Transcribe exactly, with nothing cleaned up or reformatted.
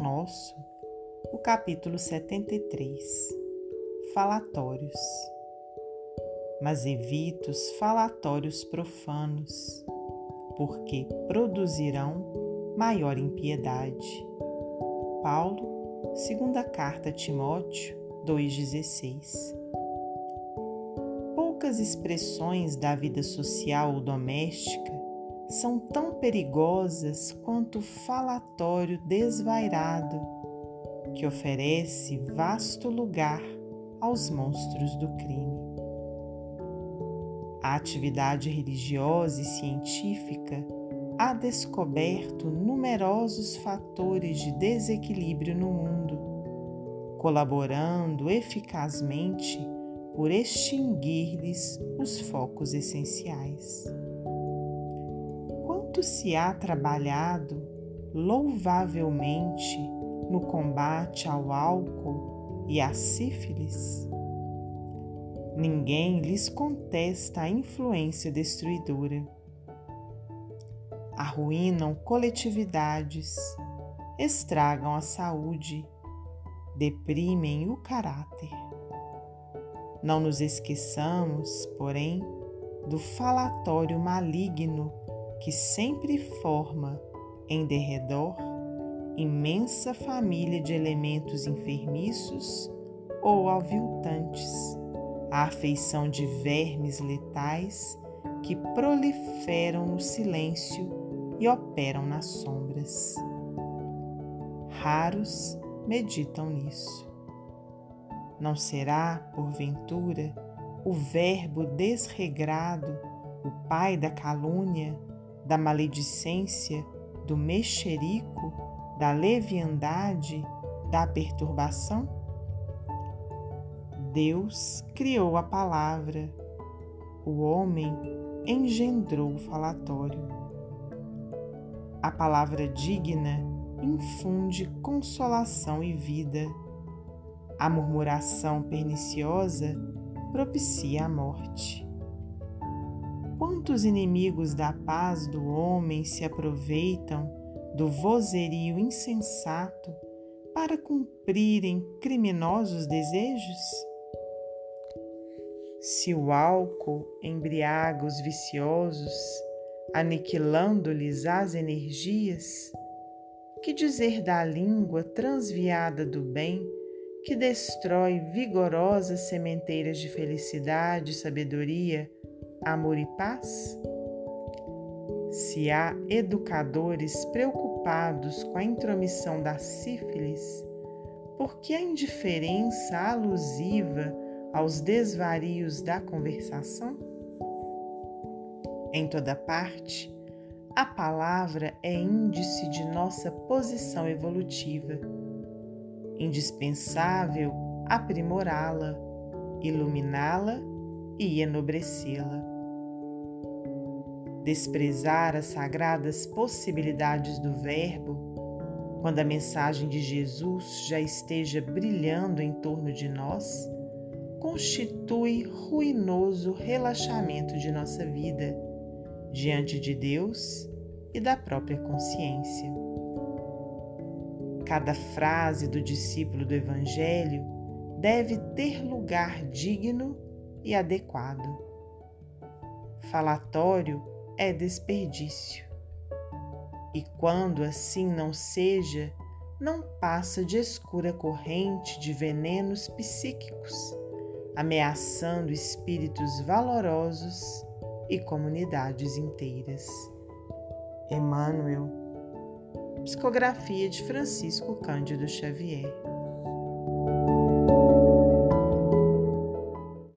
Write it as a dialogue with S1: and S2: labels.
S1: Nosso, o capítulo setenta e três, Falatórios. Mas evita os falatórios profanos, porque produzirão maior impiedade. Paulo, segunda carta a Timóteo dois, dezesseis. Poucas expressões da vida social ou doméstica são tão perigosas quanto o falatório desvairado, que oferece vasto lugar aos monstros do crime. A atividade religiosa e científica ha descoberto numerosos fatores de desequilíbrio no mundo, colaborando eficazmente por extinguir-lhes os focos essenciais. Quanto se há trabalhado louvavelmente no combate ao álcool e à sífilis? Ninguém lhes contesta a influência destruidora. Arruinam coletividades, estragam a saúde, deprimem o caráter. Não nos esqueçamos, porém, do falatório maligno que sempre forma, em derredor, imensa família de elementos enfermiços ou aviltantes, à afeição de vermes letais que proliferam no silêncio e operam nas sombras. Raros meditam nisso. Não será, porventura, o verbo desregrado, o pai da calúnia, da maledicência, do mexerico, da leviandade, da perturbação? Deus criou a palavra, o homem engendrou o falatório. A palavra digna infunde consolação e vida. A murmuração perniciosa propicia a morte. Quantos inimigos da paz do homem se aproveitam do vozerio insensato para cumprirem criminosos desejos? Se o álcool embriaga os viciosos, aniquilando-lhes as energias, que dizer da língua transviada do bem, que destrói vigorosas sementeiras de felicidade, sabedoria, amor e paz? Se há educadores preocupados com a intromissão da sífilis, por que a indiferença alusiva aos desvarios da conversação? Em toda parte, a palavra é índice de nossa posição evolutiva. Indispensável aprimorá-la, iluminá-la e enobrecê-la. Desprezar as sagradas possibilidades do Verbo, quando a mensagem de Jesus já esteja brilhando em torno de nós, constitui ruinoso relaxamento de nossa vida diante de Deus e da própria consciência. Cada frase do discípulo do Evangelho deve ter lugar digno e adequado. Falatório é desperdício, e quando assim não seja, não passa de escura corrente de venenos psíquicos, ameaçando espíritos valorosos e comunidades inteiras. Emmanuel, psicografia de Francisco Cândido Xavier.